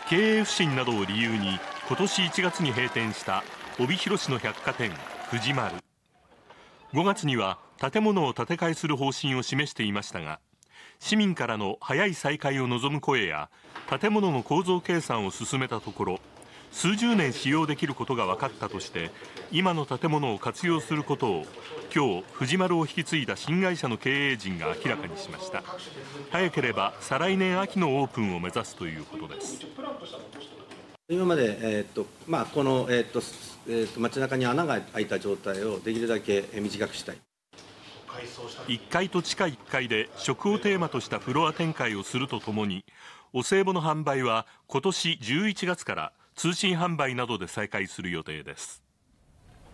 経営不振などを理由に今年1月に閉店した帯広市の百貨店藤丸。5月には建物を建て替えする方針を示していましたが、市民からの早い再開を望む声や建物の構造計算を進めたところ、数十年使用できることが分かったとして、今の建物を活用することを今日藤丸を引き継いだ新会社の経営陣が明らかにしました。早ければ再来年秋のオープンを目指すということです。 今まで、この、街中に穴が開いた状態をできるだけ短くしたい。 1階と地下1階で食をテーマとしたフロア展開をするとともに、お歳暮の販売は今年11月から通信販売などで再開する予定です。